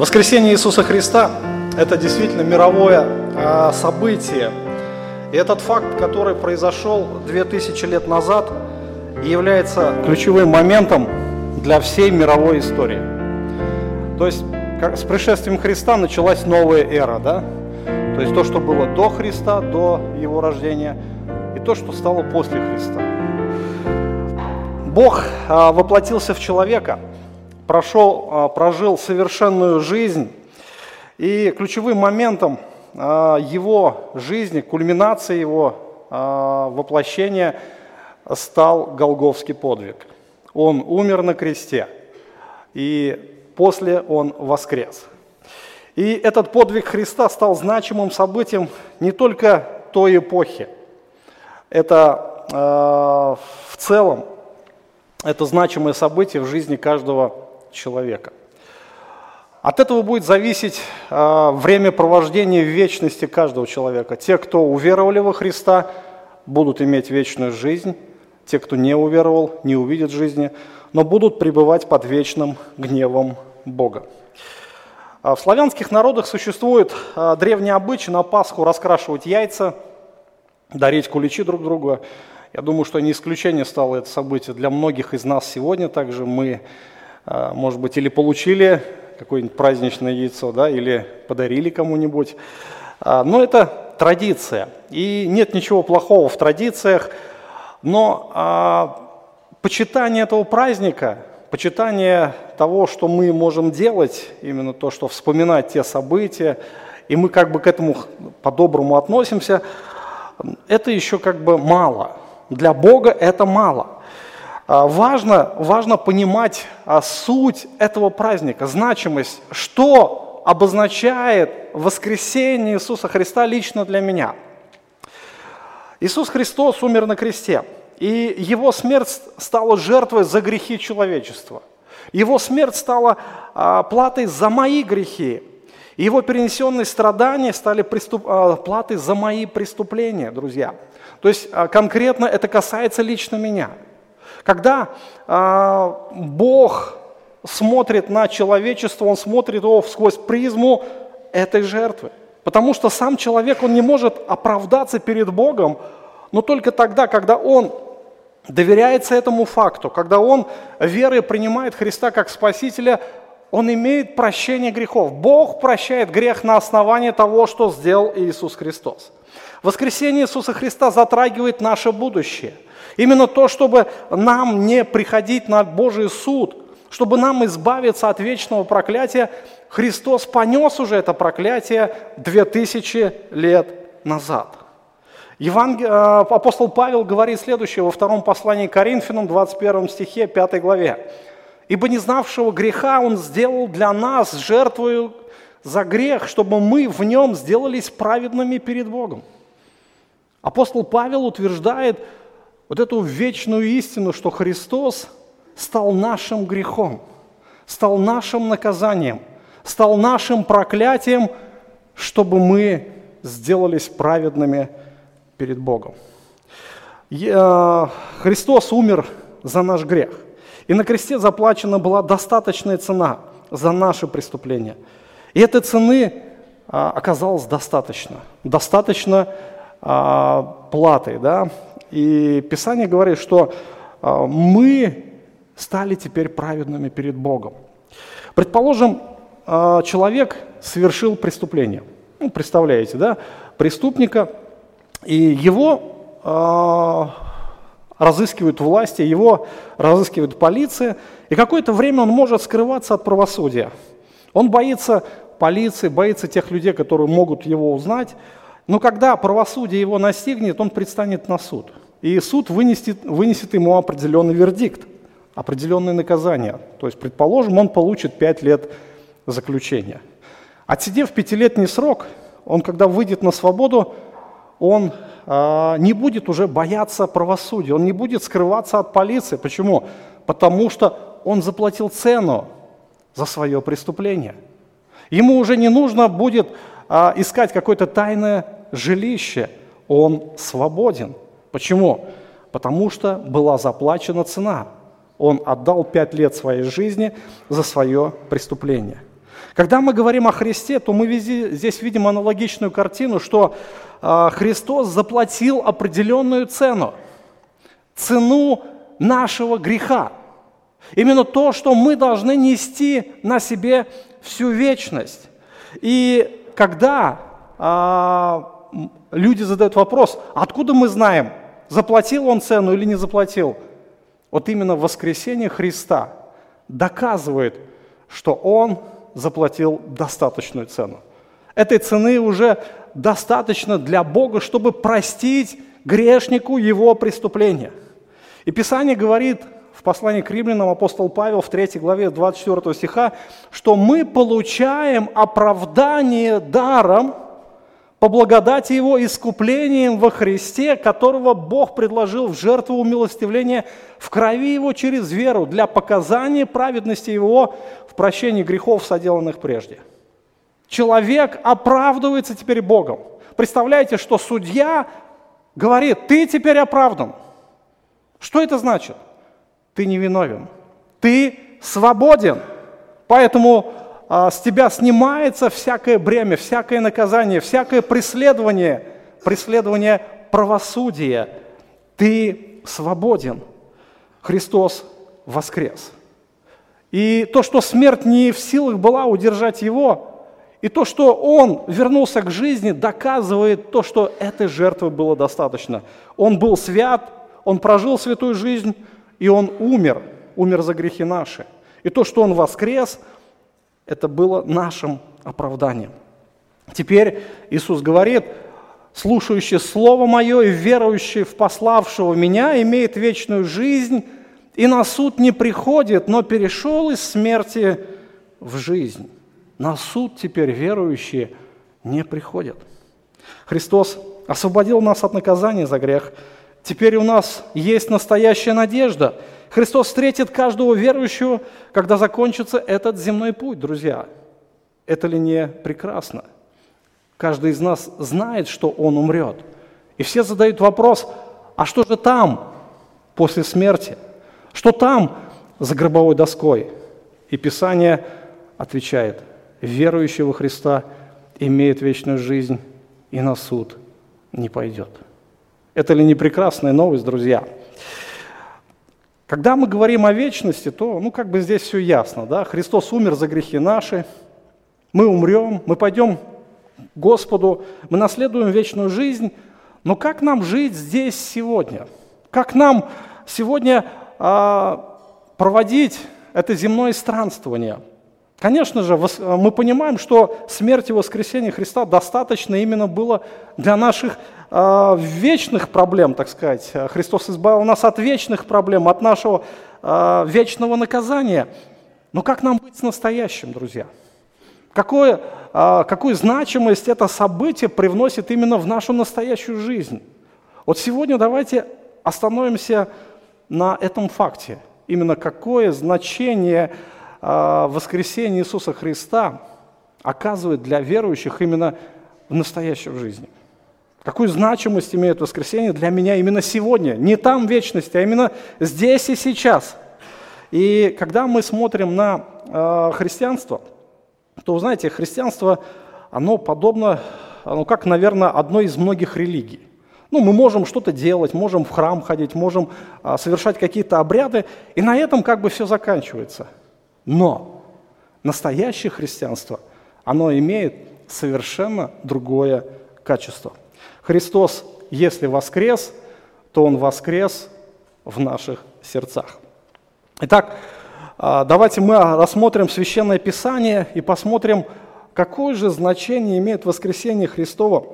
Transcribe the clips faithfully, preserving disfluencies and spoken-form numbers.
Воскресение Иисуса Христа – это действительно мировое а, событие. И этот факт, который произошел две тысячи лет назад, является ключевым моментом для всей мировой истории. То есть как, с пришествием Христа началась новая эра, да? То есть то, что было до Христа, до Его рождения, и то, что стало после Христа. Бог а, воплотился в человека, прошел, а, прожил совершенную жизнь, и ключевым моментом а, его жизни, кульминацией его а, воплощения стал Голгофский подвиг. Он умер на кресте, и после он воскрес. И этот подвиг Христа стал значимым событием не только той эпохи. Это э, в целом, это значимое событие в жизни каждого человека. От этого будет зависеть э, времяпровождение в вечности каждого человека. Те, кто уверовали во Христа, будут иметь вечную жизнь. Те, кто не уверовал, не увидят жизни, но будут пребывать под вечным гневом Бога. В славянских народах существует древний обычай на Пасху раскрашивать яйца, дарить куличи друг другу. Я думаю, что не исключение стало это событие для многих из нас сегодня. Также мы, может быть, или получили какое-нибудь праздничное яйцо, да, или подарили кому-нибудь. Но это традиция. И нет ничего плохого в традициях, но почитание этого праздника, почитание того, что мы можем делать, именно то, что вспоминать те события, и мы как бы к этому по-доброму относимся, это еще как бы мало. Для Бога это мало. Важно, важно понимать суть этого праздника, значимость, что обозначает воскресение Иисуса Христа лично для меня. Иисус Христос умер на кресте. И Его смерть стала жертвой за грехи человечества. Его смерть стала а, платой за мои грехи. Его перенесенные страдания стали приступ, а, платой за мои преступления, друзья. То есть а, конкретно это касается лично меня. Когда а, Бог смотрит на человечество, Он смотрит его сквозь призму этой жертвы. Потому что сам человек, он не может оправдаться перед Богом, но только тогда, когда он доверяется этому факту, когда он верой принимает Христа как Спасителя, он имеет прощение грехов. Бог прощает грех на основании того, что сделал Иисус Христос. Воскресение Иисуса Христа затрагивает наше будущее. Именно то, чтобы нам не приходить на Божий суд, чтобы нам избавиться от вечного проклятия, Христос понес уже это проклятие две тысячи лет назад. Евангел... Апостол Павел говорит следующее во втором послании к Коринфянам, двадцать первом стихе, пятой главе. «Ибо не знавшего греха Он сделал для нас жертвою за грех, чтобы мы в нем сделались праведными перед Богом». Апостол Павел утверждает вот эту вечную истину, что Христос стал нашим грехом, стал нашим наказанием, стал нашим проклятием, чтобы мы сделались праведными перед Богом. Христос умер за наш грех. И на кресте заплачена была достаточная цена за наши преступления. И этой цены оказалось достаточно. Достаточно платы. Да? И Писание говорит, что мы стали теперь праведными перед Богом. Предположим, человек совершил преступление. Ну, представляете, да? Преступника. И его э, разыскивают власти, его разыскивает полиция, и какое-то время он может скрываться от правосудия. Он боится полиции, боится тех людей, которые могут его узнать, но когда правосудие его настигнет, он предстанет на суд. И суд вынесет, вынесет ему определенный вердикт, определенное наказание. То есть, предположим, он получит пять лет заключения. Отсидев пятилетний срок, он, когда выйдет на свободу, он э, не будет уже бояться правосудия, он не будет скрываться от полиции. Почему? Потому что он заплатил цену за свое преступление. Ему уже не нужно будет э, искать какое-то тайное жилище, он свободен. Почему? Потому что была заплачена цена. Он отдал пять лет своей жизни за свое преступление. Когда мы говорим о Христе, то мы здесь видим аналогичную картину, что Христос заплатил определенную цену, цену нашего греха. Именно то, что мы должны нести на себе всю вечность. И когда а, люди задают вопрос, откуда мы знаем, заплатил он цену или не заплатил, вот именно воскресение Христа доказывает, что он заплатил достаточную цену. Этой цены уже достаточно для Бога, чтобы простить грешнику его преступления. И Писание говорит в послании к Римлянам, апостол Павел в третьей главе двадцать четвёртого стиха, что мы получаем оправдание даром по благодати Его искуплением во Христе, которого Бог предложил в жертву умилостивления в крови Его через веру для показания праведности Его в прощении грехов, соделанных прежде. Человек оправдывается теперь Богом. Представляете, что судья говорит, ты теперь оправдан. Что это значит? Ты невиновен, ты свободен. Поэтому а, с тебя снимается всякое бремя, всякое наказание, всякое преследование, преследование правосудия. Ты свободен. Христос воскрес. И то, что смерть не в силах была удержать Его, и то, что Он вернулся к жизни, доказывает то, что этой жертвы было достаточно. Он был свят, Он прожил святую жизнь, и Он умер, умер за грехи наши. И то, что Он воскрес, это было нашим оправданием. Теперь Иисус говорит, слушающий Слово Мое и верующий в пославшего Меня имеет вечную жизнь, и на суд не приходит, но перешел из смерти в жизнь. На суд теперь верующие не приходят. Христос освободил нас от наказания за грех. Теперь у нас есть настоящая надежда. Христос встретит каждого верующего, когда закончится этот земной путь, друзья. Это ли не прекрасно? Каждый из нас знает, что он умрет. И все задают вопрос, а что же там после смерти? Что там за гробовой доской? И Писание отвечает, верующий во Христа имеет вечную жизнь и на суд не пойдет. Это ли не прекрасная новость, друзья? Когда мы говорим о вечности, то, ну, как бы здесь все ясно, да? Христос умер за грехи наши, мы умрем, мы пойдем к Господу, мы наследуем вечную жизнь, но как нам жить здесь сегодня? Как нам сегодня а, проводить это земное странствование? Конечно же, мы понимаем, что смерть и воскресение Христа достаточно именно было для наших э, вечных проблем, так сказать. Христос избавил нас от вечных проблем, от нашего э, вечного наказания. Но как нам быть с настоящим, друзья? Какое, э, какую значимость это событие привносит именно в нашу настоящую жизнь? Вот сегодня давайте остановимся на этом факте. Именно какое значение воскресение Иисуса Христа оказывает для верующих именно в настоящей жизни. Какую значимость имеет воскресение для меня именно сегодня, не там в вечности, а именно здесь и сейчас. И когда мы смотрим на э, христианство, то, вы знаете, христианство, оно подобно, оно как, наверное, одной из многих религий. Ну, мы можем что-то делать, можем в храм ходить, можем э, совершать какие-то обряды, и на этом как бы все заканчивается. Но настоящее христианство, оно имеет совершенно другое качество. Христос, если воскрес, то Он воскрес в наших сердцах. Итак, давайте мы рассмотрим Священное Писание и посмотрим, какое же значение имеет воскресение Христово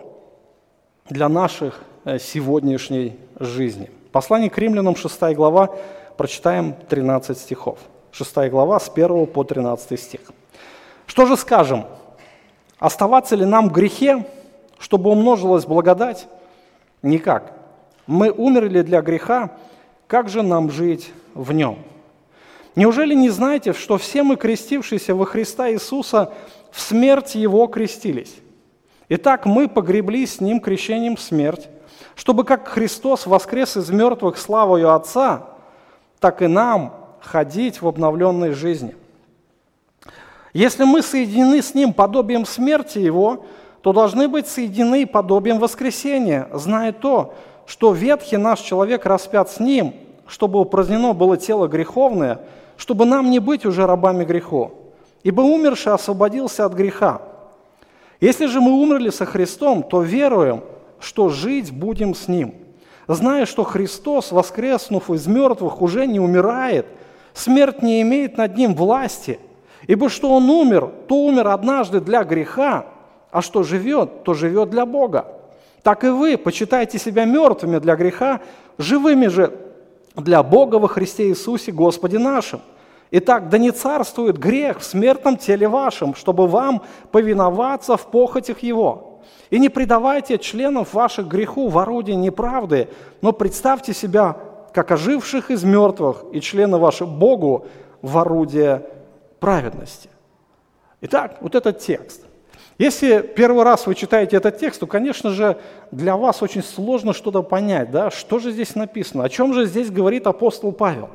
для наших сегодняшней жизни. Послание к Римлянам, шестая глава, прочитаем тринадцать стихов. шестая глава, с первого по тринадцатый стих. «Что же скажем? Оставаться ли нам в грехе, чтобы умножилась благодать? Никак. Мы умерли для греха, как же нам жить в нем? Неужели не знаете, что все мы, крестившиеся во Христа Иисуса, в смерть Его крестились? Итак, мы погребли с Ним крещением в смерть, чтобы как Христос воскрес из мертвых славою Отца, так и нам ходить в обновленной жизни. Если мы соединены с Ним подобием смерти Его, то должны быть соединены подобием воскресения, зная то, что ветхий наш человек распят с Ним, чтобы упразднено было тело греховное, чтобы нам не быть уже рабами греху, ибо умерший освободился от греха. Если же мы умерли со Христом, то веруем, что жить будем с Ним, зная, что Христос, воскреснув из мертвых, уже не умирает, смерть не имеет над Ним власти, ибо что Он умер, то умер однажды для греха, а что живет, то живет для Бога. Так и вы почитайте себя мертвыми для греха, живыми же для Бога во Христе Иисусе Господе нашим. Итак, да не царствует грех в смертном теле вашем, чтобы вам повиноваться в похотях его. И не предавайте членов ваших греху в орудие неправды, но представьте себя, как оживших из мертвых, и члены ваши Богу в орудие праведности. Итак, вот этот текст. Если первый раз вы читаете этот текст, то, конечно же, для вас очень сложно что-то понять, да? Что же здесь написано, о чем же здесь говорит апостол Павел.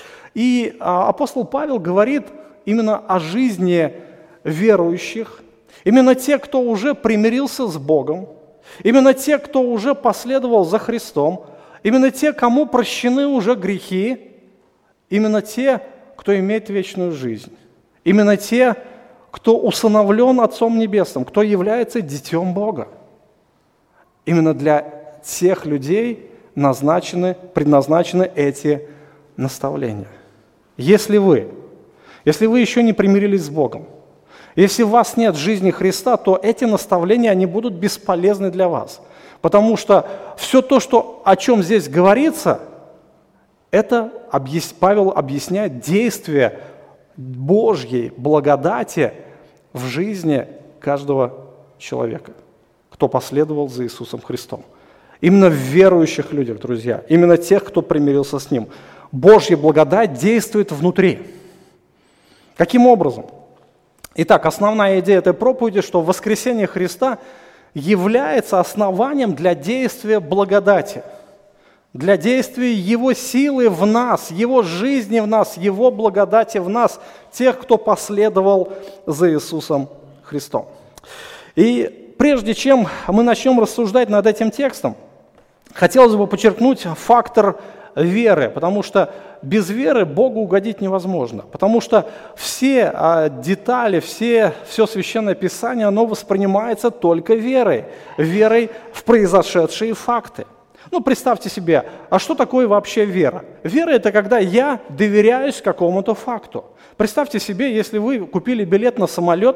И а, апостол Павел говорит именно о жизни верующих, именно те, кто уже примирился с Богом, именно те, кто уже последовал за Христом, именно те, кому прощены уже грехи, именно те, кто имеет вечную жизнь, именно те, кто усыновлен Отцом Небесным, кто является детем Бога. Именно для тех людей назначены, предназначены эти наставления. Если вы, если вы еще не примирились с Богом, если у вас нет жизни Христа, то эти наставления, они будут бесполезны для вас. Потому что все то, что, о чем здесь говорится, это Павел объясняет действие Божьей благодати в жизни каждого человека, кто последовал за Иисусом Христом. Именно в верующих людях, друзья, именно тех, кто примирился с Ним. Божья благодать действует внутри. Каким образом? Итак, основная идея этой проповеди, что воскресение Христа является основанием для действия благодати, для действия Его силы в нас, Его жизни в нас, Его благодати в нас, тех, кто последовал за Иисусом Христом. И прежде чем мы начнем рассуждать над этим текстом, хотелось бы подчеркнуть фактор веры, потому что без веры Богу угодить невозможно, потому что все а, детали, все, все Священное Писание, оно воспринимается только верой, верой в произошедшие факты. Ну, представьте себе, а что такое вообще вера? Вера – это когда я доверяюсь какому-то факту. Представьте себе, если вы купили билет на самолет,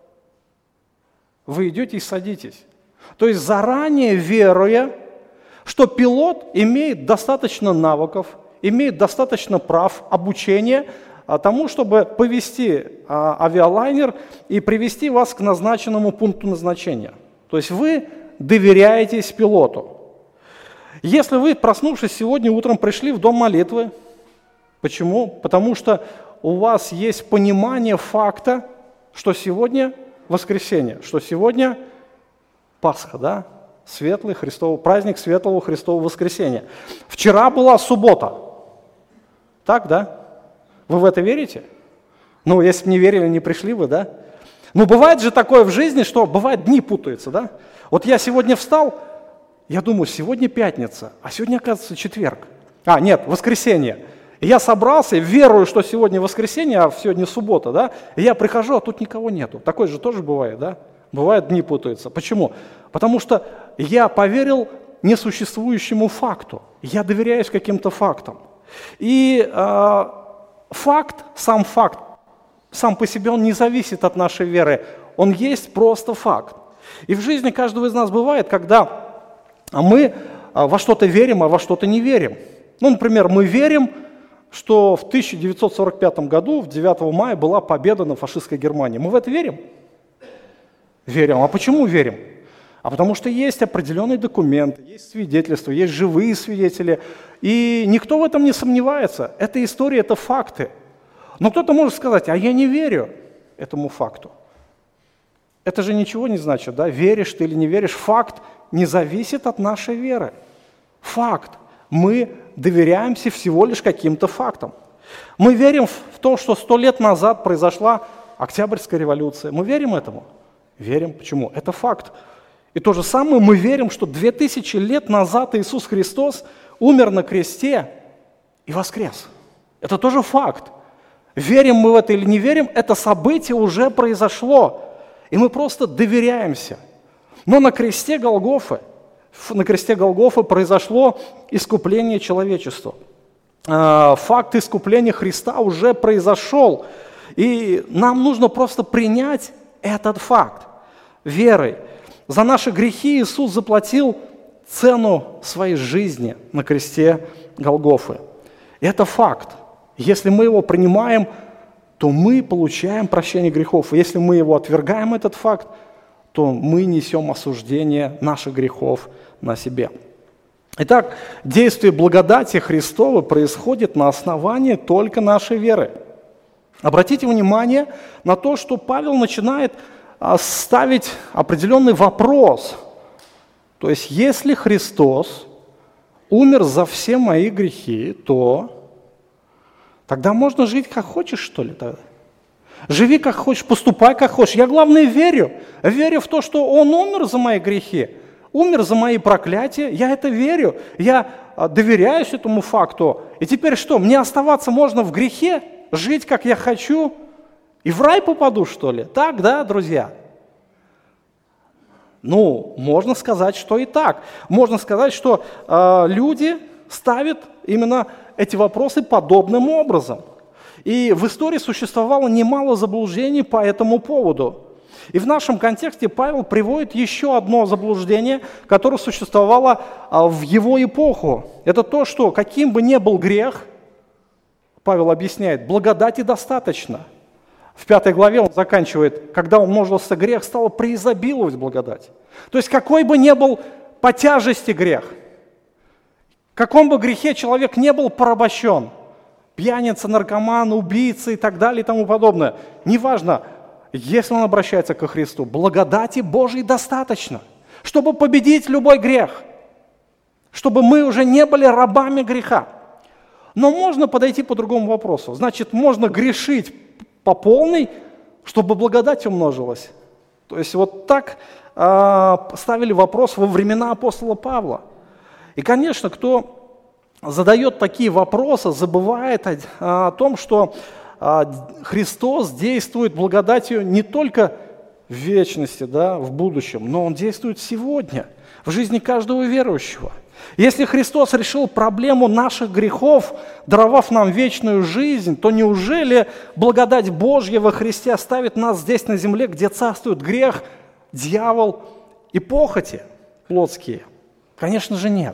вы идете и садитесь. То есть заранее веруя, что пилот имеет достаточно навыков, имеет достаточно прав, обучения тому, чтобы повести авиалайнер и привести вас к назначенному пункту назначения. То есть вы доверяетесь пилоту. Если вы, проснувшись сегодня утром, пришли в дом молитвы, почему? Потому что у вас есть понимание факта, что сегодня воскресенье, что сегодня Пасха, да? Светлый Христовый праздник Светлого Христового воскресения. Вчера была суббота. Так, да? Вы в это верите? Ну, если бы не верили, не пришли бы, да? Ну, бывает же такое в жизни, что бывает дни путаются, да? Вот я сегодня встал, я думаю, сегодня пятница, а сегодня, оказывается, четверг. А, нет, воскресенье. И я собрался, верую, что сегодня воскресенье, а сегодня суббота, да? И я прихожу, а тут никого нету. Такое же тоже бывает, да? Бывает, дни путаются. Почему? Потому что я поверил несуществующему факту. Я доверяюсь каким-то фактам. И э, факт, сам факт, сам по себе он не зависит от нашей веры. Он есть просто факт. И в жизни каждого из нас бывает, когда мы во что-то верим, а во что-то не верим. Ну, например, мы верим, что в тысяча девятьсот сорок пятом году, в девятого мая, была победа над фашистской Германией. Мы в это верим? Верим. А почему верим? А потому что есть определенные документы, есть свидетельства, есть живые свидетели. И никто в этом не сомневается. Это история, это факты. Но кто-то может сказать, а я не верю этому факту. Это же ничего не значит, да? Веришь ты или не веришь. Факт не зависит от нашей веры. Факт. Мы доверяемся всего лишь каким-то фактам. Мы верим в то, что сто лет назад произошла Октябрьская революция. Мы верим этому? Верим. Почему? Это факт. И то же самое мы верим, что две тысячи лет назад Иисус Христос умер на кресте и воскрес. Это тоже факт. Верим мы в это или не верим, это событие уже произошло. И мы просто доверяемся. Но на кресте Голгофы, на кресте Голгофы произошло искупление человечества. Факт искупления Христа уже произошел. И нам нужно просто принять этот факт верой. За наши грехи Иисус заплатил цену своей жизни на кресте Голгофы. Это факт. Если мы его принимаем, то мы получаем прощение грехов. Если мы его отвергаем, этот факт, то мы несем осуждение наших грехов на себе. Итак, действие благодати Христовой происходит на основании только нашей веры. Обратите внимание на то, что Павел начинает ставить определенный вопрос. То есть, если Христос умер за все мои грехи, то тогда можно жить как хочешь, что ли? Тогда? Живи как хочешь, поступай как хочешь. Я, главное, верю. Верю в то, что Он умер за мои грехи, умер за мои проклятия. Я это верю. Я доверяюсь этому факту. И теперь что? Мне оставаться можно в грехе, жить как я хочу, и в рай попаду, что ли? Так, да, друзья? Ну, можно сказать, что и так. Можно сказать, что э, люди ставят именно эти вопросы подобным образом. И в истории существовало немало заблуждений по этому поводу. И в нашем контексте Павел приводит еще одно заблуждение, которое существовало э, в его эпоху. Это то, что каким бы ни был грех, Павел объясняет, благодати достаточно. В пятой главе он заканчивает, когда умножился грех, стало преизобиловать благодать. То есть какой бы ни был по тяжести грех, в каком бы грехе человек не был порабощен, пьяница, наркоман, убийца и так далее и тому подобное, неважно, если он обращается ко Христу, благодати Божьей достаточно, чтобы победить любой грех, чтобы мы уже не были рабами греха. Но можно подойти по другому вопросу. Значит, можно грешить по полной, чтобы благодать умножилась. То есть вот так э, ставили вопрос во времена апостола Павла. И, конечно, кто задает такие вопросы, забывает о, о том, что э, Христос действует благодатью не только в вечности, да, в будущем, но Он действует сегодня, в жизни каждого верующего. Если Христос решил проблему наших грехов, даровав нам вечную жизнь, то неужели благодать Божья во Христе оставит нас здесь на земле, где царствует грех, дьявол и похоти плотские? Конечно же нет.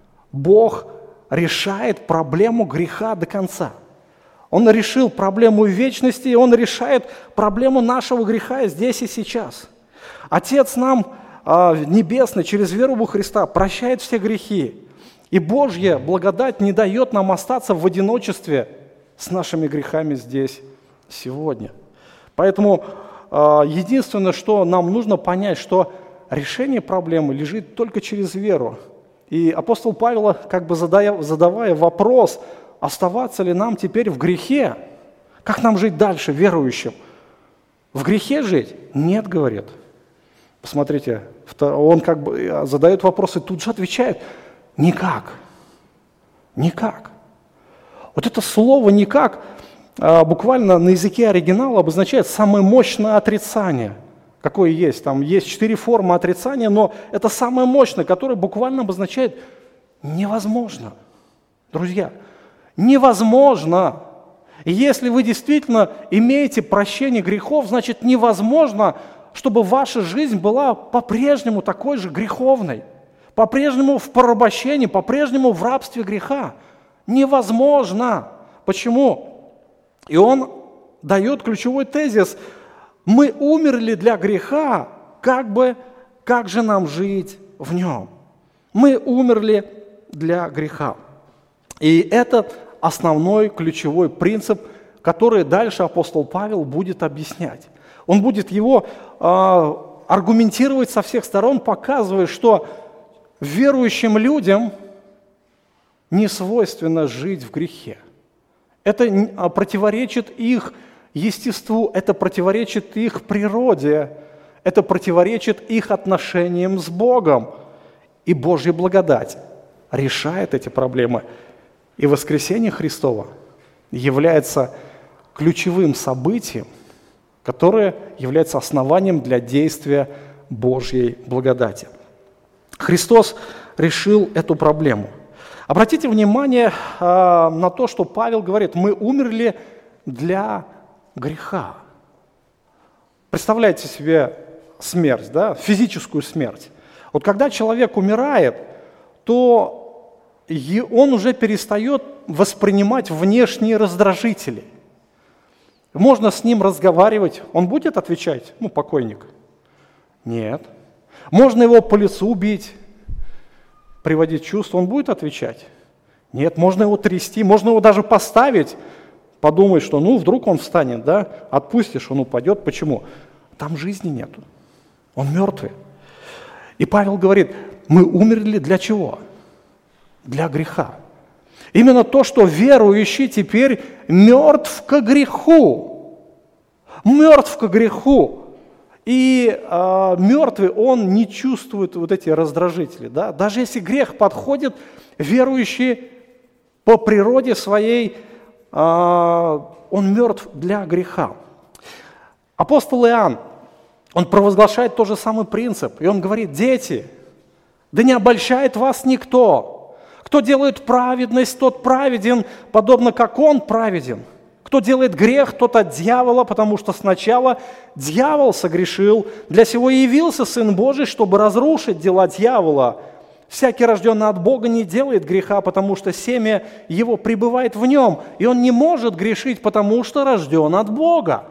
Бог решает проблему греха до конца. Он решил проблему вечности, и Он решает проблему нашего греха здесь и сейчас. Отец нам Небесный через веру во Христа прощает все грехи. И Божья благодать не дает нам остаться в одиночестве с нашими грехами здесь, сегодня. Поэтому единственное, что нам нужно понять, что решение проблемы лежит только через веру. И апостол Павел, как бы задая, задавая вопрос, оставаться ли нам теперь в грехе, как нам жить дальше, верующим? В грехе жить? Нет, говорит. Посмотрите, он как бы задает вопрос и тут же отвечает: никак, никак. Вот это слово «никак» буквально на языке оригинала обозначает самое мощное отрицание, какое есть. Там есть четыре формы отрицания, но это самое мощное, которое буквально обозначает невозможно. Друзья, невозможно. И если вы действительно имеете прощение грехов, значит невозможно, чтобы ваша жизнь была по-прежнему такой же греховной, по-прежнему в порабощении, по-прежнему в рабстве греха. Невозможно. Почему? И он дает ключевой тезис: мы умерли для греха, как бы, как же нам жить в нем? Мы умерли для греха. И это основной ключевой принцип, который дальше апостол Павел будет объяснять. Он будет его э, аргументировать со всех сторон, показывая, что верующим людям не свойственно жить в грехе. Это противоречит их естеству, это противоречит их природе, это противоречит их отношениям с Богом. И Божья благодать решает эти проблемы. И воскресение Христово является ключевым событием, которое является основанием для действия Божьей благодати. Христос решил эту проблему. Обратите внимание э, на то, что Павел говорит: мы умерли для греха. Представляете себе смерть, да? Физическую смерть. Вот когда человек умирает, то он уже перестает воспринимать внешние раздражители. Можно с ним разговаривать, он будет отвечать? Ну, покойник. Нет. Можно его по лицу бить, приводить в чувство, он будет отвечать? Нет. Можно его трясти, можно его даже поставить, подумать, что ну вдруг он встанет, да, отпустишь, он упадет. Почему? Там жизни нету. Он мертвый. И Павел говорит: мы умерли для чего? Для греха. Именно то, что верующий теперь мертв ко греху. Мертв ко греху. И э, мертвый, он не чувствует вот эти раздражители. Да? Даже если грех подходит, верующий по природе своей, э, он мертв для греха. Апостол Иоанн, он провозглашает тот же самый принцип. И он говорит: дети, да не обольщает вас никто. Кто делает праведность, тот праведен, подобно как он праведен. Кто делает грех, тот от дьявола, потому что сначала дьявол согрешил. Для сего и явился Сын Божий, чтобы разрушить дела дьявола. Всякий, рожденный от Бога, не делает греха, потому что семя его пребывает в нем. И он не может грешить, потому что рожден от Бога.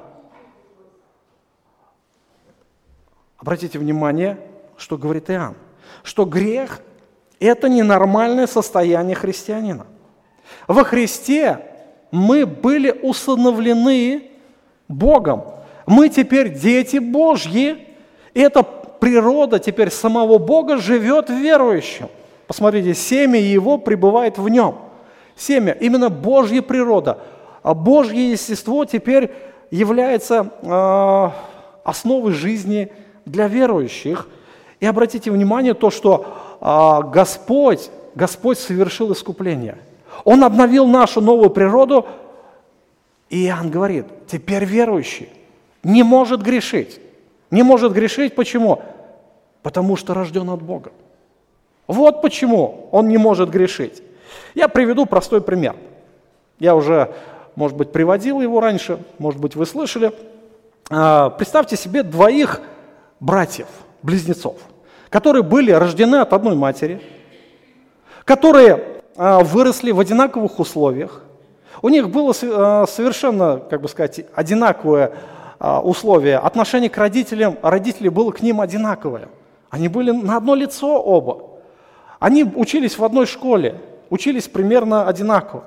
Обратите внимание, что говорит Иоанн. Что грех – это ненормальное состояние христианина. Во Христе мы были усыновлены Богом. Мы теперь дети Божьи. И эта природа теперь самого Бога живет в верующем. Посмотрите, семя его пребывает в нем. Семя, именно Божья природа. А Божье естество теперь является э, основой жизни для верующих. И обратите внимание то, что э, Господь, Господь совершил искупление. Он обновил нашу новую природу, и Иоанн говорит: теперь верующий не может грешить. Не может грешить, почему? Потому что рожден от Бога. Вот почему он не может грешить. Я приведу простой пример. Я уже, может быть, приводил его раньше, может быть, вы слышали. Представьте себе двоих братьев, близнецов, которые были рождены от одной матери, которые выросли в одинаковых условиях. У них было совершенно, как бы сказать, одинаковое условие. Отношение к родителям, родителей было к ним одинаковое. Они были на одно лицо оба. Они учились в одной школе, учились примерно одинаково.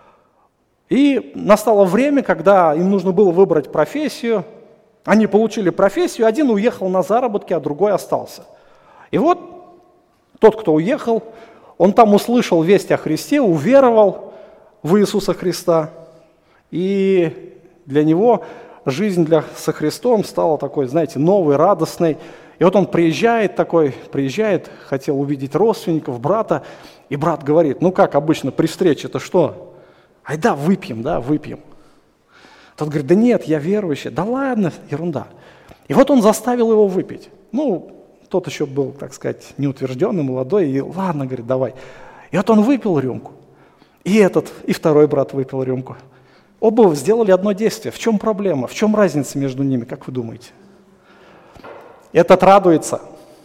И настало время, когда им нужно было выбрать профессию. Они получили профессию, один уехал на заработки, а другой остался. И вот тот, кто уехал, он там услышал весть о Христе, уверовал в Иисуса Христа, и для него жизнь для, со Христом стала такой, знаете, новой, радостной. И вот он приезжает такой, приезжает, хотел увидеть родственников, брата, и брат говорит: ну как обычно при встрече-то что? Айда выпьем, да, выпьем. Тот говорит: да нет, я верующий. Да ладно, ерунда. И вот он заставил его выпить. Ну, тот еще был, так сказать, неутвержденный, молодой, и ладно, говорит, давай. И вот он выпил рюмку. И этот, и второй брат выпил рюмку. Оба сделали одно действие. В чем проблема? В чем разница между ними, как вы думаете? Этот радуется.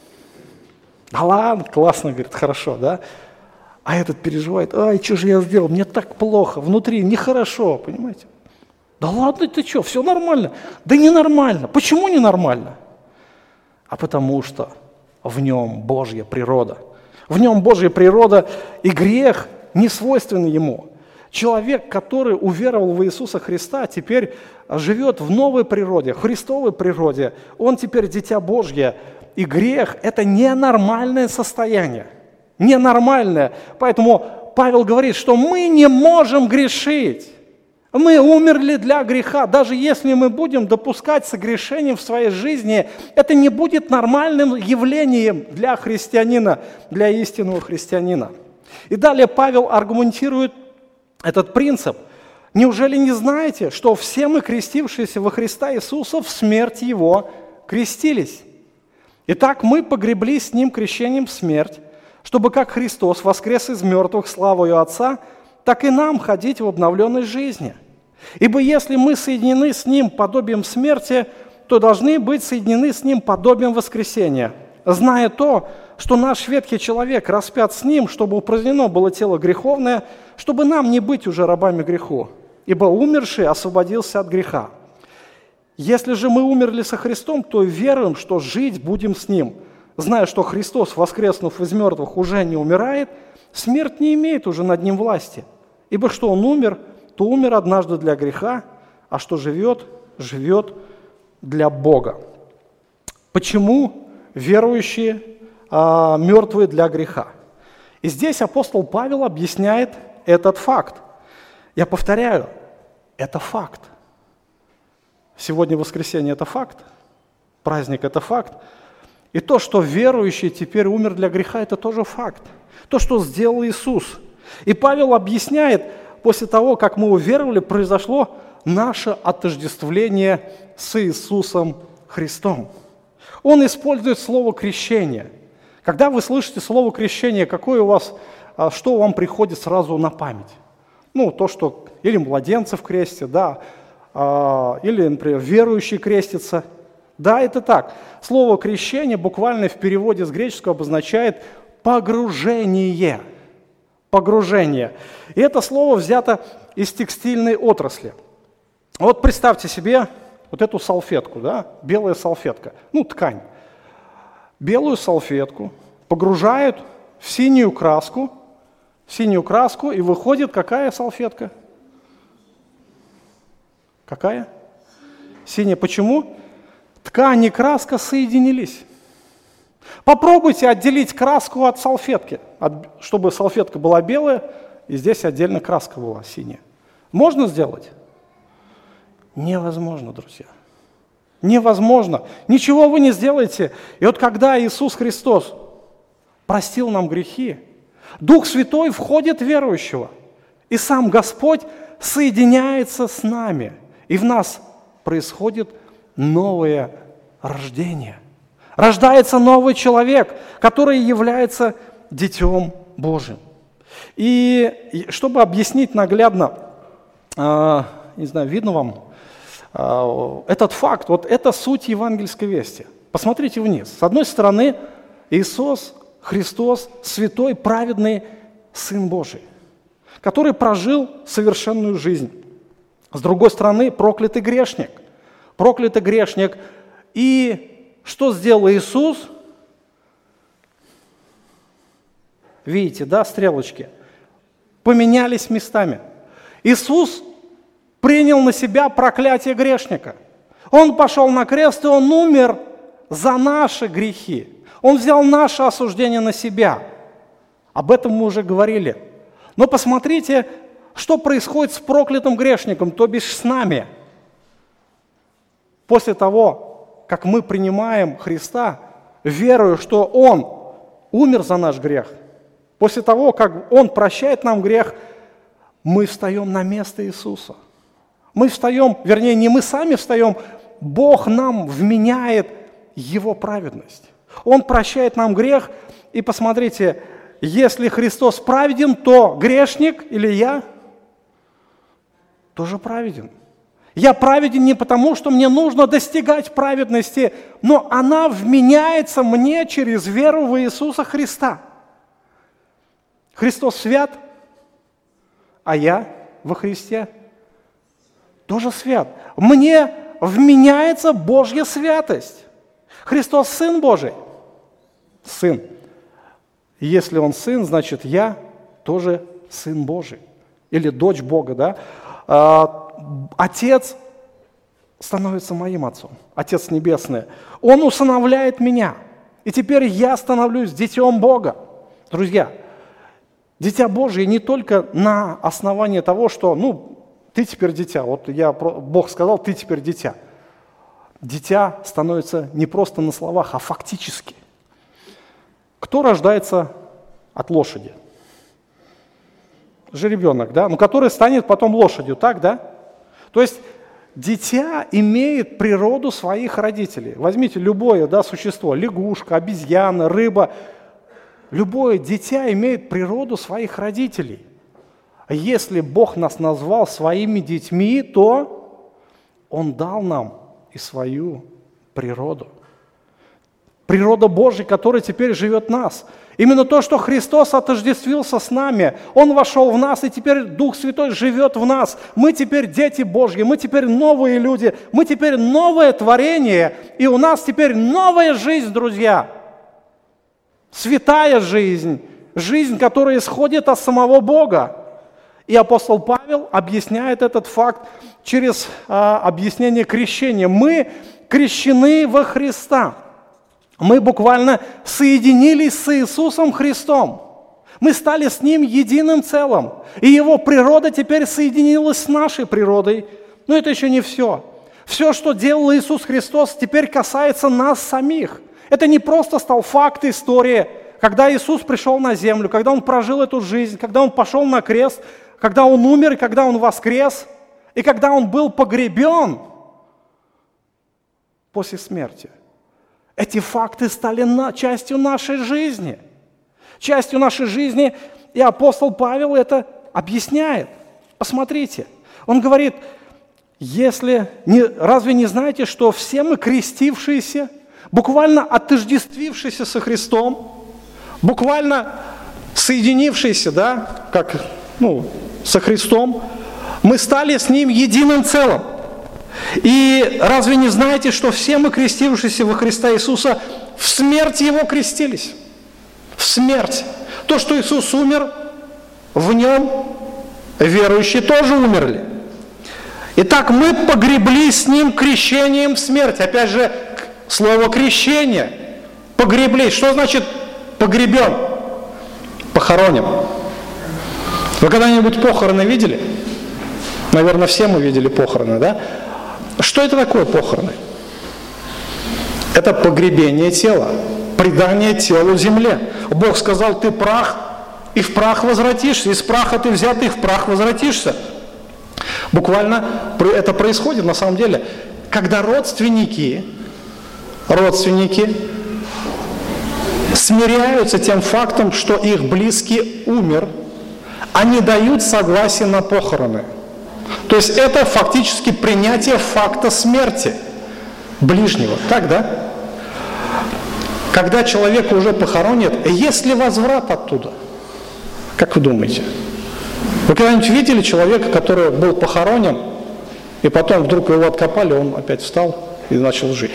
Да ладно, классно, говорит, хорошо, да? А этот переживает: ай, что же я сделал, мне так плохо, внутри нехорошо, понимаете? Да ладно, ты что, все нормально? Да ненормально. Почему ненормально? А потому что в нем Божья природа. В нем Божья природа, и грех не свойственен ему. Человек, который уверовал в Иисуса Христа, теперь живет в новой природе, в Христовой природе. Он теперь дитя Божье. И грех – это ненормальное состояние. Ненормальное. Поэтому Павел говорит, что мы не можем грешить. Мы умерли для греха. Даже если мы будем допускать согрешение в своей жизни, это не будет нормальным явлением для христианина, для истинного христианина. И далее Павел аргументирует этот принцип. Неужели не знаете, что все мы, крестившиеся во Христа Иисуса, в смерть Его крестились? Итак, мы погреблись с Ним крещением в смерть, чтобы как Христос воскрес из мертвых славою Отца, так и нам ходить в обновленной жизни. Ибо если мы соединены с Ним подобием смерти, то должны быть соединены с Ним подобием воскресения, зная то, что наш ветхий человек распят с Ним, чтобы упразднено было тело греховное, чтобы нам не быть уже рабами греху, ибо умерший освободился от греха. Если же мы умерли со Христом, то веруем, что жить будем с Ним, зная, что Христос, воскреснув из мертвых, уже не умирает, смерть не имеет уже над Ним власти. Ибо что Он умер, то умер однажды для греха, а что живет, живет для Бога. Почему верующие а, мертвые для греха? И здесь апостол Павел объясняет этот факт. Я повторяю, это факт. Сегодня воскресенье – это факт, праздник – это факт. И то, что верующий теперь умер для греха, это тоже факт. То, что сделал Иисус. И Павел объясняет, после того, как мы уверовали, произошло наше отождествление с Иисусом Христом. Он использует слово «крещение». Когда вы слышите слово «крещение», какое у вас, что вам приходит сразу на память? Ну, то, что или младенцев крестят, да, или, например, верующий крестится. Да, это так. Слово «крещение» буквально в переводе с греческого обозначает «погружение». Погружение. И это слово взято из текстильной отрасли. Вот представьте себе вот эту салфетку, да, белая салфетка, ну, ткань. Белую салфетку погружают в синюю краску, в синюю краску, и выходит какая салфетка? Какая? Синяя. Почему? Ткань и краска соединились. Попробуйте отделить краску от салфетки, чтобы салфетка была белая, и здесь отдельно краска была синяя. Можно сделать? Невозможно, друзья. Невозможно. Ничего вы не сделаете. И вот когда Иисус Христос простил нам грехи, Дух Святой входит в верующего, и сам Господь соединяется с нами, и в нас происходит новое рождение. Рождается новый человек, который является Детем Божьим. И чтобы объяснить наглядно, э, не знаю, видно вам, э, этот факт, вот это суть евангельской вести. Посмотрите вниз. С одной стороны, Иисус Христос, святой, праведный Сын Божий, который прожил совершенную жизнь. С другой стороны, проклятый грешник. Проклятый грешник. И что сделал Иисус? Видите, да, стрелочки? Поменялись местами. Иисус принял на себя проклятие грешника. Он пошел на крест, и Он умер за наши грехи. Он взял наше осуждение на себя. Об этом мы уже говорили. Но посмотрите, что происходит с проклятым грешником, то бишь с нами. После того, как мы принимаем Христа, веруя, что Он умер за наш грех, после того, как Он прощает нам грех, мы встаем на место Иисуса. Мы встаем, вернее, не мы сами встаем, Бог нам вменяет Его праведность. Он прощает нам грех, и посмотрите, если Христос праведен, то грешник или я тоже праведен. Я праведен не потому, что мне нужно достигать праведности, но она вменяется мне через веру в Иисуса Христа. Христос свят, а я во Христе тоже свят. Мне вменяется Божья святость. Христос Сын Божий. Сын. Если Он Сын, значит я тоже Сын Божий. Или дочь Бога, да? Отец становится моим отцом, Отец Небесный. Он усыновляет меня. И теперь я становлюсь детем Бога. Друзья, дитя Божие не только на основании того, что, ну, Ты теперь дитя. Вот я, Бог сказал, ты теперь дитя. Дитя становится не просто на словах, а фактически. Кто рождается от лошади? Жеребенок, да? Ну, который станет потом лошадью, так, да? То есть дитя имеет природу своих родителей. Возьмите любое, да, существо, лягушка, обезьяна, рыба. Любое дитя имеет природу своих родителей. А если Бог нас назвал своими детьми, то Он дал нам и свою природу. Природа Божья, которая теперь живет в нас. Именно то, что Христос отождествился с нами. Он вошел в нас, и теперь Дух Святой живет в нас. Мы теперь дети Божьи, мы теперь новые люди, мы теперь новое творение, и у нас теперь новая жизнь, друзья. Святая жизнь, жизнь, которая исходит от самого Бога. И апостол Павел объясняет этот факт через а, объяснение крещения. Мы крещены во Христа. Мы буквально соединились с Иисусом Христом. Мы стали с Ним единым целым. И Его природа теперь соединилась с нашей природой. Но это еще не все. Все, что делал Иисус Христос, теперь касается нас самих. Это не просто стал факт истории. Когда Иисус пришел на землю, когда Он прожил эту жизнь, когда Он пошел на крест, когда Он умер, и когда Он воскрес, и когда Он был погребен после смерти. Эти факты стали на, частью нашей жизни. Частью нашей жизни, и апостол Павел это объясняет. Посмотрите, он говорит, если не, разве не знаете, что все мы крестившиеся, буквально отождествившиеся со Христом, буквально соединившиеся, да, как, ну, со Христом, мы стали с Ним единым целым. И разве не знаете, что все мы, крестившиеся во Христа Иисуса, в смерть Его крестились? В смерть. То, что Иисус умер, в Нем верующие тоже умерли. Итак, мы погребли с Ним крещением в смерть. Опять же, слово крещение. Погребли. Что значит погребен? Похоронен. Вы когда-нибудь похороны видели? Наверное, все мы видели похороны, да? Что это такое похороны? Это погребение тела, предание телу земле. Бог сказал, ты прах, и в прах возвратишься. Из праха ты взят, и в прах возвратишься. Буквально это происходит на самом деле, когда родственники, родственники смиряются тем фактом, что их близкий умер, они дают согласие на похороны. То есть это фактически принятие факта смерти ближнего. Так, да? Когда человека уже похоронят, есть ли возврат оттуда? Как вы думаете? Вы когда-нибудь видели человека, который был похоронен, и потом вдруг его откопали, он опять встал и начал жить?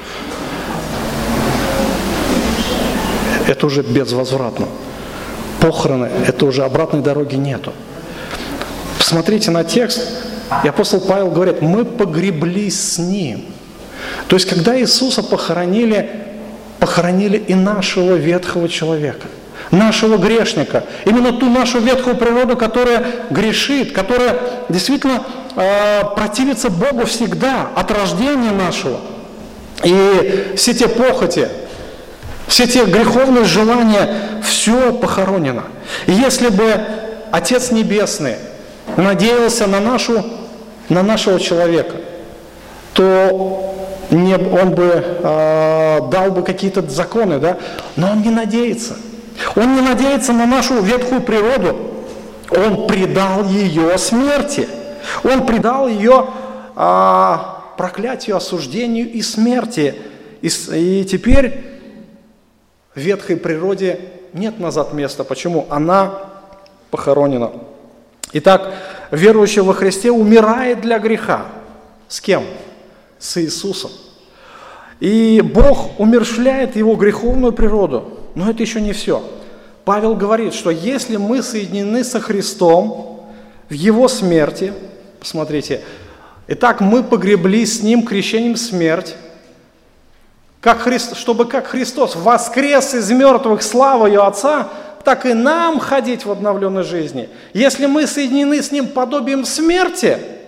Это уже безвозвратно. Похороны, это уже обратной дороги нету. Посмотрите на текст, и апостол Павел говорит, мы погреблись с Ним. То есть, когда Иисуса похоронили, похоронили и нашего ветхого человека, нашего грешника, именно ту нашу ветхую природу, которая грешит, которая действительно э, противится Богу всегда, от рождения нашего. И все те похоти, все те греховные желания, все похоронено. И если бы Отец Небесный надеялся на, нашу, на нашего человека, то не, он бы э, дал бы какие-то законы, да? Но он не надеется. Он не надеется на нашу ветхую природу. Он предал ее смерти. Он предал ее э, проклятию, осуждению и смерти. И, и теперь в ветхой природе нет назад места. Почему? Она похоронена. Итак, верующий во Христе умирает для греха. С кем? С Иисусом. И Бог умерщвляет его греховную природу. Но это еще не все. Павел говорит, что если мы соединены со Христом в Его смерти, посмотрите, итак, мы погреблись с Ним крещением в смерть, как Христ, чтобы как Христос воскрес из мертвых славою Отца, так и нам ходить в обновленной жизни. Если мы соединены с Ним подобием смерти,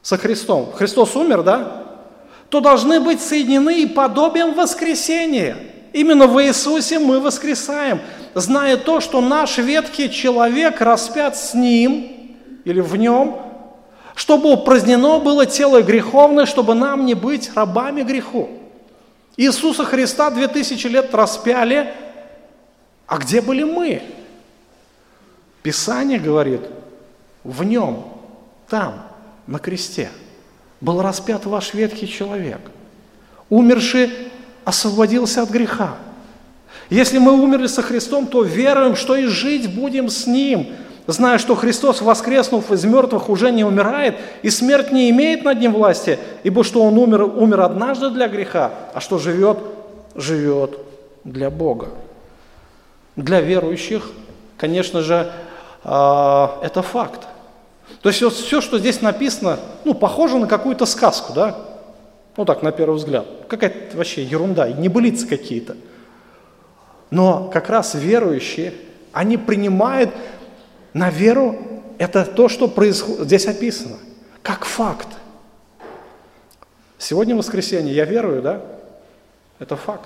со Христом. Христос умер, да? То должны быть соединены и подобием воскресения. Именно в Иисусе мы воскресаем, зная то, что наш ветхий человек распят с Ним или в Нем, чтобы упразднено было тело греховное, чтобы нам не быть рабами греху. Иисуса Христа две тысячи лет распяли, а где были мы? Писание говорит, в Нем, там, на кресте, был распят ваш ветхий человек. Умерший освободился от греха. Если мы умерли со Христом, то веруем, что и жить будем с Ним, зная, что Христос, воскреснув из мертвых, уже не умирает, и смерть не имеет над Ним власти, ибо что Он умер, умер однажды для греха, а что живет, живет для Бога. Для верующих, конечно же, это факт. То есть вот все, что здесь написано, ну, похоже на какую-то сказку, да? Ну так, на первый взгляд. Какая-то вообще ерунда, небылицы какие-то. Но как раз верующие, они принимают на веру это то, что происходит, здесь описано, как факт. Сегодня воскресенье, я верую, да? Это факт.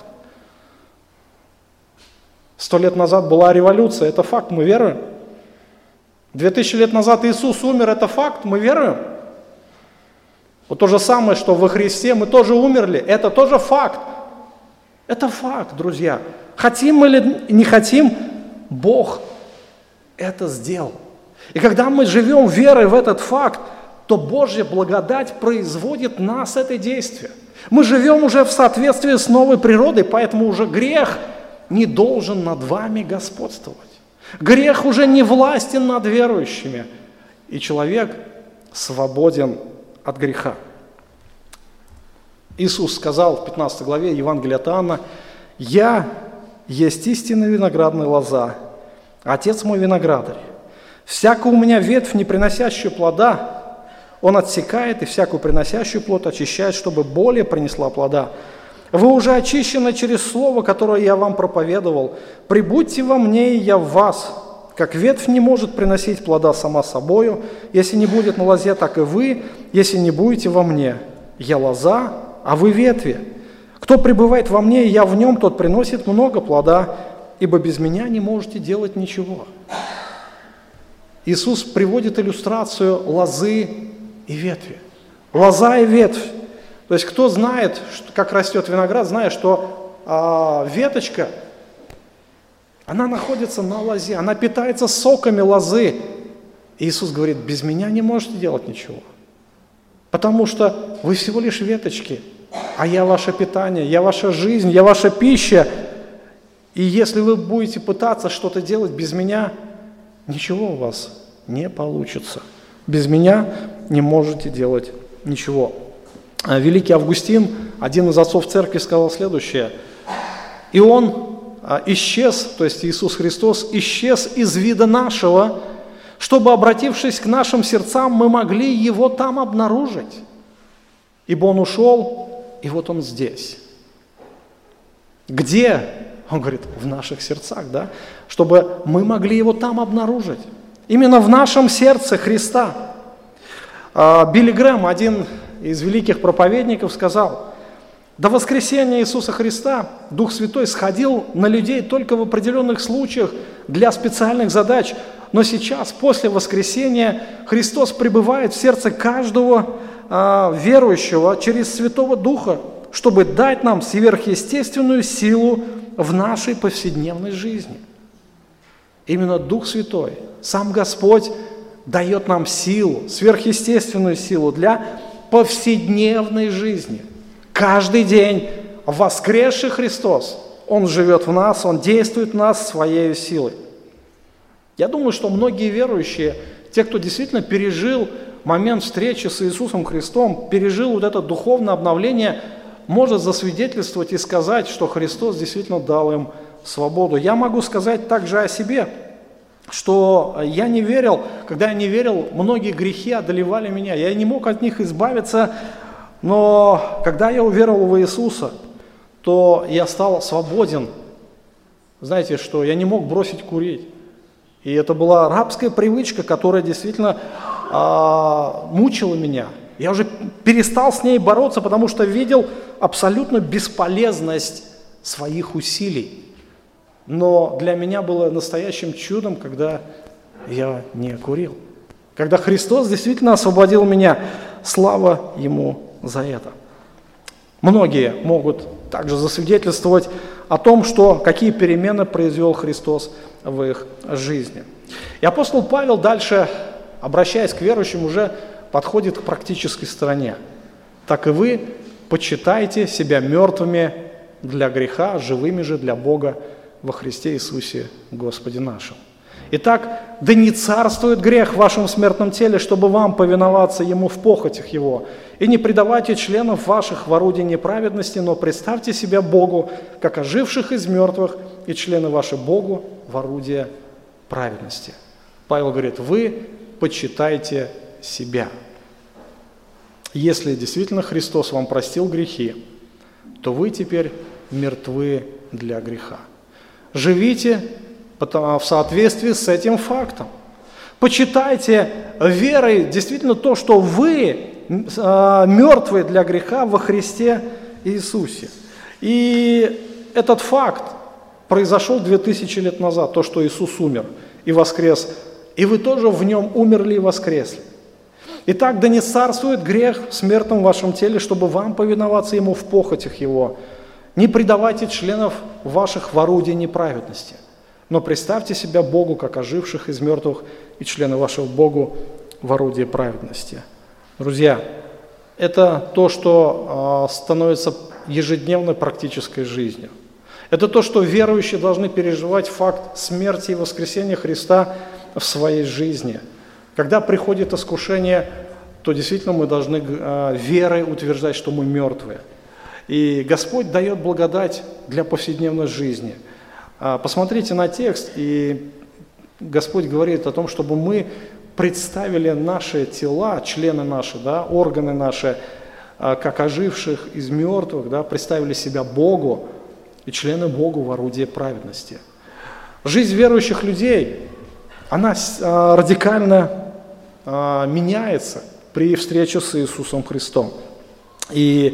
Сто лет назад была революция, это факт, мы веруем. Две тысячи лет назад Иисус умер, это факт, мы веруем. Вот то же самое, что во Христе мы тоже умерли, это тоже факт. Это факт, друзья. Хотим мы или не хотим, Бог это сделал. И когда мы живем верой в этот факт, то Божья благодать производит в нас это действие. Мы живем уже в соответствии с новой природой, поэтому уже грех не должен над вами господствовать. Грех уже не властен над верующими, и человек свободен от греха. Иисус сказал в пятнадцатой главе Евангелия от Иоанна: «Я есть истинная виноградная лоза, Отец мой виноградарь. Всякую у меня ветвь, не приносящую плода, Он отсекает, и всякую приносящую плод очищает, чтобы более принесла плода. Вы уже очищены через слово, которое я вам проповедовал. Прибудьте во мне, и я в вас. Как ветвь не может приносить плода сама собою, если не будет на лозе, так и вы, если не будете во мне. Я лоза, а вы ветви. Кто пребывает во мне, и я в нем, тот приносит много плода, ибо без меня не можете делать ничего». Иисус приводит иллюстрацию лозы и ветви. Лоза и ветвь. То есть кто знает, как растет виноград, знает, что а, веточка, она находится на лозе, она питается соками лозы. И Иисус говорит: без меня не можете делать ничего, потому что вы всего лишь веточки, а я ваше питание, я ваша жизнь, я ваша пища. И если вы будете пытаться что-то делать без меня, ничего у вас не получится. Без меня не можете делать ничего. Великий Августин, один из отцов церкви, сказал следующее: «И Он исчез, то есть Иисус Христос, исчез из вида нашего, чтобы, обратившись к нашим сердцам, мы могли Его там обнаружить. Ибо Он ушел, и вот Он здесь». Где? Он говорит, в наших сердцах, да? Чтобы мы могли Его там обнаружить. Именно в нашем сердце Христа. Билли Грэм, один из великих проповедников, сказал: до воскресения Иисуса Христа Дух Святой сходил на людей только в определенных случаях для специальных задач, но сейчас, после воскресения, Христос пребывает в сердце каждого а, верующего через Святого Духа, чтобы дать нам сверхъестественную силу в нашей повседневной жизни. Именно Дух Святой, сам Господь, дает нам силу, сверхъестественную силу для повседневной жизни. Каждый день воскресший Христос, Он живет в нас, Он действует в нас своей силой. Я думаю, что многие верующие, те, кто действительно пережил момент встречи с Иисусом Христом, пережил вот это духовное обновление, может засвидетельствовать и сказать, что Христос действительно дал им свободу. Я могу сказать также о себе, что я не верил, когда я не верил, многие грехи одолевали меня, я не мог от них избавиться, но когда я уверовал в Иисуса, то я стал свободен. Знаете, что я не мог бросить курить. И это была рабская привычка, которая действительно а, мучила меня. Я уже перестал с ней бороться, потому что видел абсолютную бесполезность своих усилий. Но для меня было настоящим чудом, когда я не курил. Когда Христос действительно освободил меня, слава Ему за это. Многие могут также засвидетельствовать о том, что какие перемены произвел Христос в их жизни. И апостол Павел дальше, обращаясь к верующим, уже подходит к практической стороне. Так и вы почитайте себя мертвыми для греха, живыми же для Бога во Христе Иисусе Господе нашим. Итак, да не царствует грех в вашем смертном теле, чтобы вам повиноваться Ему в похотях Его. И не предавайте членов ваших в орудие неправедности, но представьте себя Богу, как оживших из мертвых, и члены ваши Богу в орудие праведности. Павел говорит, вы почитайте себя. Если действительно Христос вам простил грехи, то вы теперь мертвы для греха. Живите в соответствии с этим фактом. Почитайте верой действительно то, что вы мертвые для греха во Христе Иисусе. И этот факт произошел две тысячи лет назад, то, что Иисус умер и воскрес, и вы тоже в Нем умерли и воскресли. Итак, да не царствует грех в смертном вашем теле, чтобы вам повиноваться Ему в похотях Его. Не предавайте членов ваших в орудие неправедности, но представьте себя Богу, как оживших из мертвых, и члены вашего Богу в орудие праведности. Друзья, это то, что э, становится ежедневной практической жизнью. Это то, что верующие должны переживать факт смерти и воскресения Христа в своей жизни. Когда приходит искушение, то действительно мы должны э, верой утверждать, что мы мертвые. И Господь дает благодать для повседневной жизни. Посмотрите на текст, и Господь говорит о том, чтобы мы представили наши тела, члены наши, да, органы наши, как оживших из мертвых, да, представили себя Богу и члены Богу в орудие праведности. Жизнь верующих людей, она радикально меняется при встрече с Иисусом Христом. И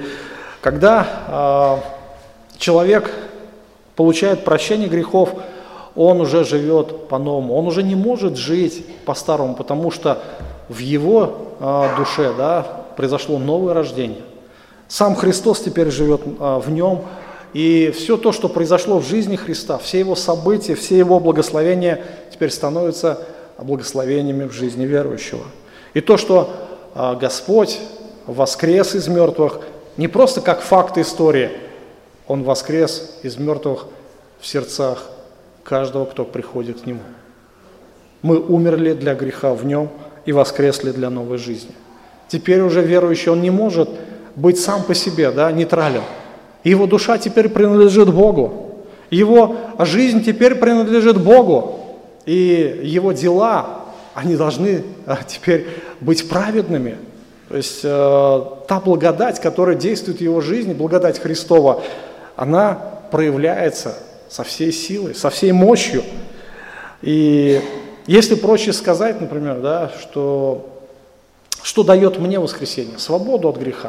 когда э, человек получает прощение грехов, он уже живет по-новому. Он уже не может жить по-старому, потому что в его э, душе, да, произошло новое рождение. Сам Христос теперь живет э, в нем, и все то, что произошло в жизни Христа, все его события, все его благословения теперь становятся благословениями в жизни верующего. И то, что э, Господь воскрес из мертвых, не просто как факт истории, Он воскрес из мертвых в сердцах каждого, кто приходит к Нему. Мы умерли для греха в Нем и воскресли для новой жизни. Теперь уже верующий, он не может быть сам по себе, да, нейтрален. Его душа теперь принадлежит Богу. Его жизнь теперь принадлежит Богу. И его дела, они должны теперь быть праведными. То есть э, та благодать, которая действует в его жизни, благодать Христова, она проявляется со всей силой, со всей мощью. И если проще сказать, например, да, что, что дает мне воскресение? Свободу от греха.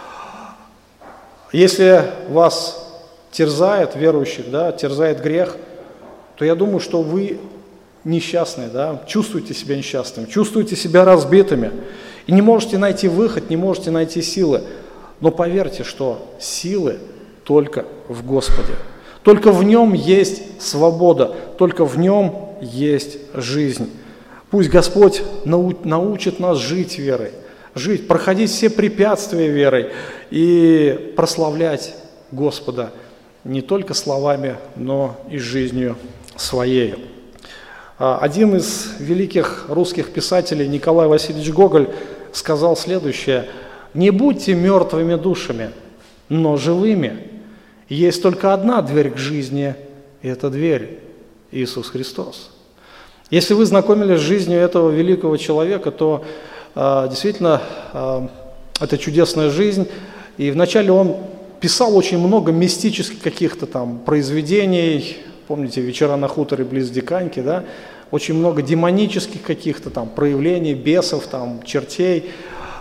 Если вас терзает, верующих, да, терзает грех, то я думаю, что вы несчастные, да, чувствуете себя несчастными, чувствуете себя разбитыми. И не можете найти выход, не можете найти силы. Но поверьте, что силы только в Господе. Только в Нем есть свобода, только в Нем есть жизнь. Пусть Господь нау- научит нас жить верой, жить, проходить все препятствия верой и прославлять Господа не только словами, но и жизнью своей. Один из великих русских писателей, Николай Васильевич Гоголь, сказал следующее: «Не будьте мертвыми душами, но живыми. Есть только одна дверь к жизни, и это дверь Иисус Христос». Если вы знакомились с жизнью этого великого человека, то э, действительно э, это чудесная жизнь. И вначале он писал очень много мистических каких-то там произведений. Помните, «Вечера на хуторе близ Диканьки», да? Очень много демонических каких-то там проявлений, бесов, там, чертей.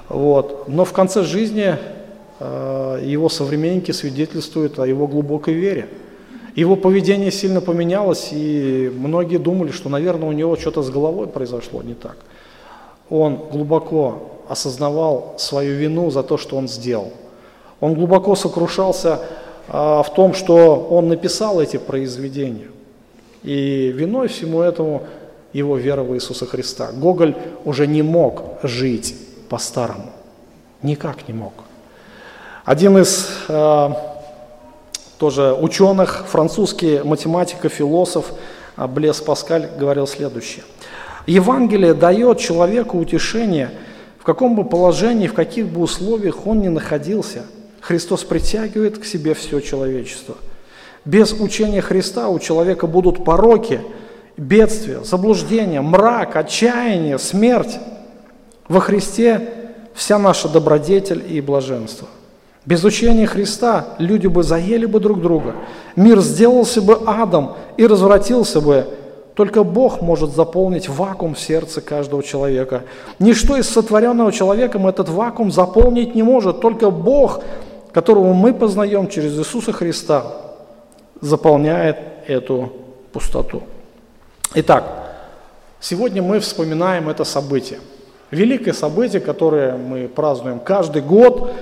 Вот. Но в конце жизни э, его современники свидетельствуют о его глубокой вере. Его поведение сильно поменялось, и многие думали, что, наверное, у него что-то с головой произошло не так. Он глубоко осознавал свою вину за то, что он сделал. Он глубоко сокрушался а, в том, что он написал эти произведения. И виной всему этому его вера в Иисуса Христа. Гоголь уже не мог жить по-старому. Никак не мог. Один из а, тоже ученых, французский математик и философ Блес Паскаль говорил следующее. Евангелие дает человеку утешение, в каком бы положении, в каких бы условиях он ни находился. Христос притягивает к себе все человечество. Без учения Христа у человека будут пороки, бедствия, заблуждения, мрак, отчаяние, смерть. Во Христе вся наша добродетель и блаженство. Без учения Христа люди бы заели бы друг друга, мир сделался бы адом и развратился бы. Только Бог может заполнить вакуум в сердце каждого человека. Ничто из сотворенного человеком этот вакуум заполнить не может. Только Бог, которого мы познаем через Иисуса Христа, заполняет эту пустоту. Итак, сегодня мы вспоминаем это событие. Великое событие, которое мы празднуем каждый год.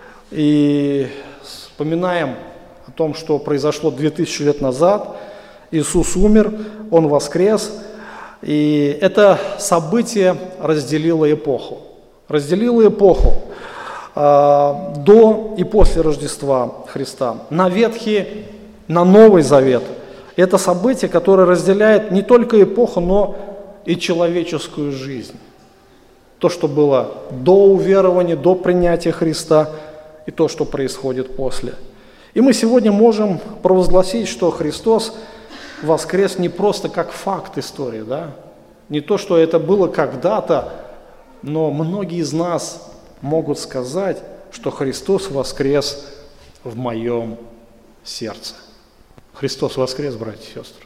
И вспоминаем о том, что произошло две тысячи лет назад. Иисус умер, Он воскрес. И это событие разделило эпоху. Разделило эпоху э, до и после Рождества Христа. На Ветхий, на Новый Завет. Это событие, которое разделяет не только эпоху, но и человеческую жизнь. То, что было до уверования, до принятия Христа, и то, что происходит после. И мы сегодня можем провозгласить, что Христос воскрес не просто как факт истории, да? Не то, что это было когда-то, но многие из нас могут сказать, что Христос воскрес в моем сердце. Христос воскрес, братья и сестры.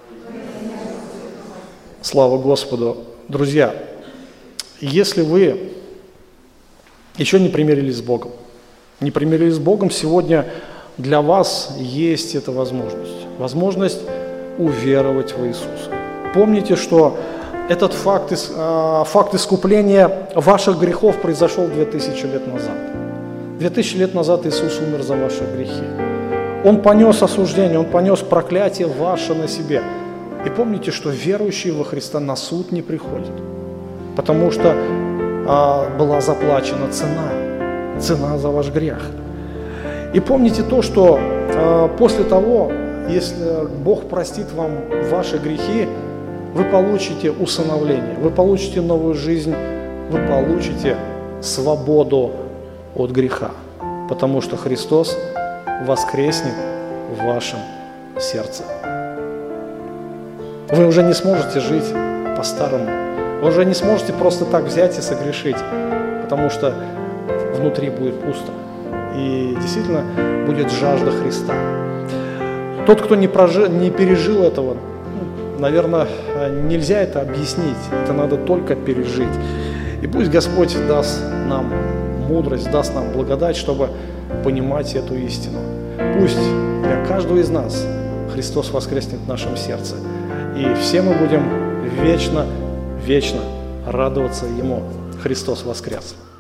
Слава Господу. Друзья, если вы еще не примирились с Богом, не примирились с Богом, сегодня для вас есть эта возможность. Возможность уверовать в Иисуса. Помните, что этот факт, факт искупления ваших грехов произошел две тысячи лет назад. Две тысячи лет назад Иисус умер за ваши грехи. Он понес осуждение, Он понес проклятие ваше на себе. И помните, что верующие во Христа на суд не приходят, потому что а, была заплачена цена. Цена за ваш грех. И помните то, что э, после того, если Бог простит вам ваши грехи, вы получите усыновление, вы получите новую жизнь, вы получите свободу от греха, потому что Христос воскреснет в вашем сердце. Вы уже не сможете жить по-старому, вы уже не сможете просто так взять и согрешить, потому что внутри будет пусто. И действительно будет жажда Христа. Тот, кто не, прожил, не пережил этого, ну, наверное, нельзя это объяснить. Это надо только пережить. И пусть Господь даст нам мудрость, даст нам благодать, чтобы понимать эту истину. Пусть для каждого из нас Христос воскреснет в нашем сердце. И все мы будем вечно, вечно радоваться Ему. Христос воскрес!